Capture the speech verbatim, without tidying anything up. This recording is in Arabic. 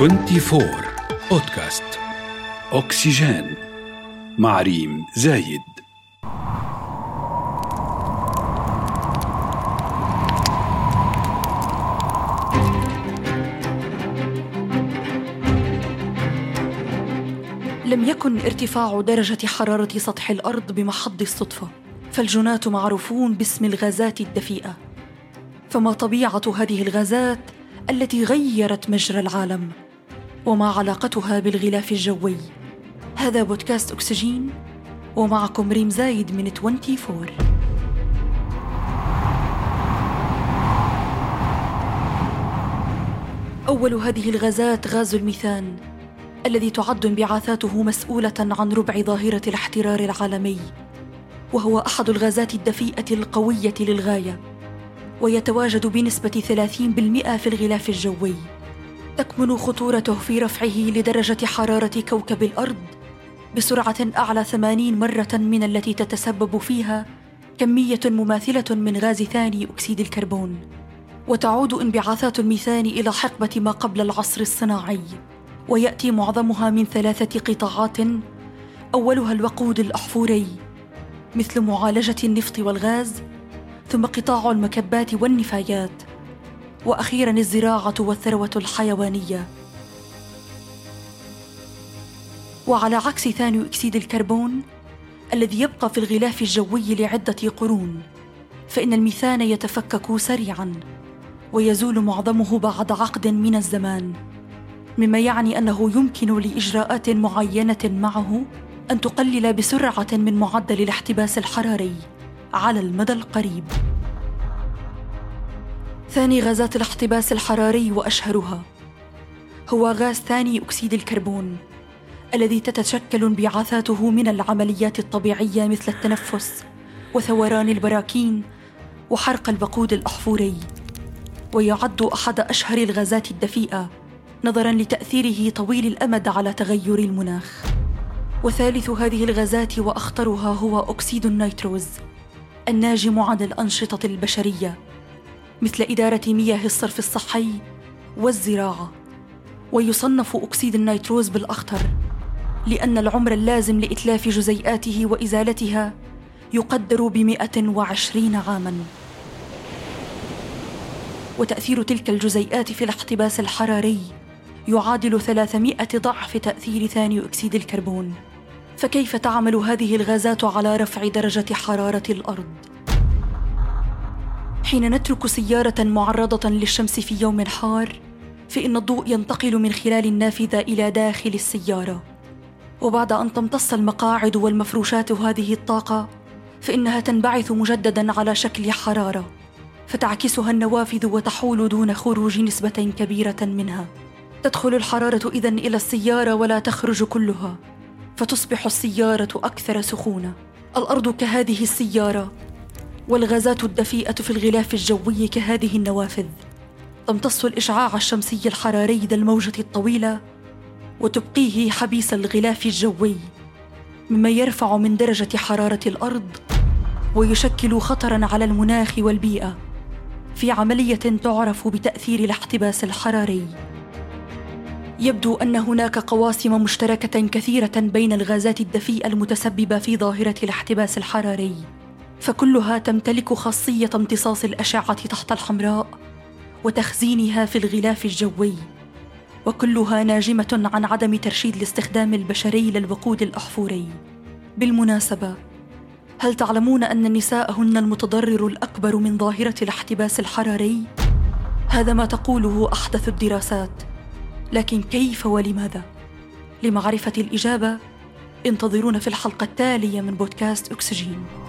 أربعة وعشرين بودكاست أكسجين مع ريم زايد. لم يكن ارتفاع درجة حرارة سطح الأرض بمحض الصدفة، فالجناة معروفون باسم الغازات الدفيئة. فما طبيعة هذه الغازات التي غيرت مجرى العالم؟ وما علاقتها بالغلاف الجوي؟ هذا بودكاست أكسجين، ومعكم ريم زايد من أربعة وعشرين. أول هذه الغازات غاز الميثان، الذي تعد انبعاثاته مسؤولة عن ربع ظاهرة الاحترار العالمي، وهو أحد الغازات الدفيئة القوية للغاية، ويتواجد بنسبة ثلاثين بالمئة في الغلاف الجوي. تكمن خطورته في رفعه لدرجة حرارة كوكب الأرض بسرعة أعلى ثمانين مرة من التي تتسبب فيها كمية مماثلة من غاز ثاني أكسيد الكربون. وتعود انبعاثات الميثان إلى حقبة ما قبل العصر الصناعي، ويأتي معظمها من ثلاثة قطاعات، أولها الوقود الأحفوري مثل معالجة النفط والغاز، ثم قطاع المكبات والنفايات، وأخيراً الزراعة والثروة الحيوانية. وعلى عكس ثاني أكسيد الكربون الذي يبقى في الغلاف الجوي لعدة قرون، فإن الميثان يتفكك سريعاً ويزول معظمه بعد عقد من الزمان، مما يعني أنه يمكن لإجراءات معينة معه أن تقلل بسرعة من معدل الاحتباس الحراري على المدى القريب. ثاني غازات الاحتباس الحراري وأشهرها هو غاز ثاني أكسيد الكربون، الذي تتشكل انبعاثاته من العمليات الطبيعية مثل التنفس وثوران البراكين وحرق الوقود الأحفوري، ويعد أحد أشهر الغازات الدفيئة نظراً لتأثيره طويل الأمد على تغير المناخ. وثالث هذه الغازات وأخطرها هو أكسيد النيتروز، الناجم عن الأنشطة البشرية مثل إدارة مياه الصرف الصحي والزراعة. ويصنف أكسيد النيتروز بالأخطر لأن العمر اللازم لإتلاف جزيئاته وإزالتها يقدر بمئة وعشرين عاماً، وتأثير تلك الجزيئات في الاحتباس الحراري يعادل ثلاثمائة ضعف تأثير ثاني أكسيد الكربون. فكيف تعمل هذه الغازات على رفع درجة حرارة الأرض؟ حين نترك سيارة معرضة للشمس في يوم حار، فإن الضوء ينتقل من خلال النافذة إلى داخل السيارة، وبعد أن تمتص المقاعد والمفروشات هذه الطاقة فإنها تنبعث مجدداً على شكل حرارة، فتعكسها النوافذ وتحول دون خروج نسبة كبيرة منها. تدخل الحرارة إذن إلى السيارة ولا تخرج كلها، فتصبح السيارة أكثر سخونة. الأرض كهذه السيارة، والغازات الدفيئة في الغلاف الجوي كهذه النوافذ تمتص الإشعاع الشمسي الحراري ذا الموجة الطويلة وتبقيه حبيس الغلاف الجوي، مما يرفع من درجة حرارة الأرض ويشكل خطراً على المناخ والبيئة في عملية تعرف بتأثير الاحتباس الحراري. يبدو أن هناك قواسم مشتركة كثيرة بين الغازات الدفيئة المتسببة في ظاهرة الاحتباس الحراري، فكلها تمتلك خاصية امتصاص الأشعة تحت الحمراء وتخزينها في الغلاف الجوي، وكلها ناجمة عن عدم ترشيد الاستخدام البشري للوقود الأحفوري. بالمناسبة، هل تعلمون أن النساء هن المتضرر الأكبر من ظاهرة الاحتباس الحراري؟ هذا ما تقوله أحدث الدراسات، لكن كيف ولماذا؟ لمعرفة الإجابة انتظرونا في الحلقة التالية من بودكاست أكسجين.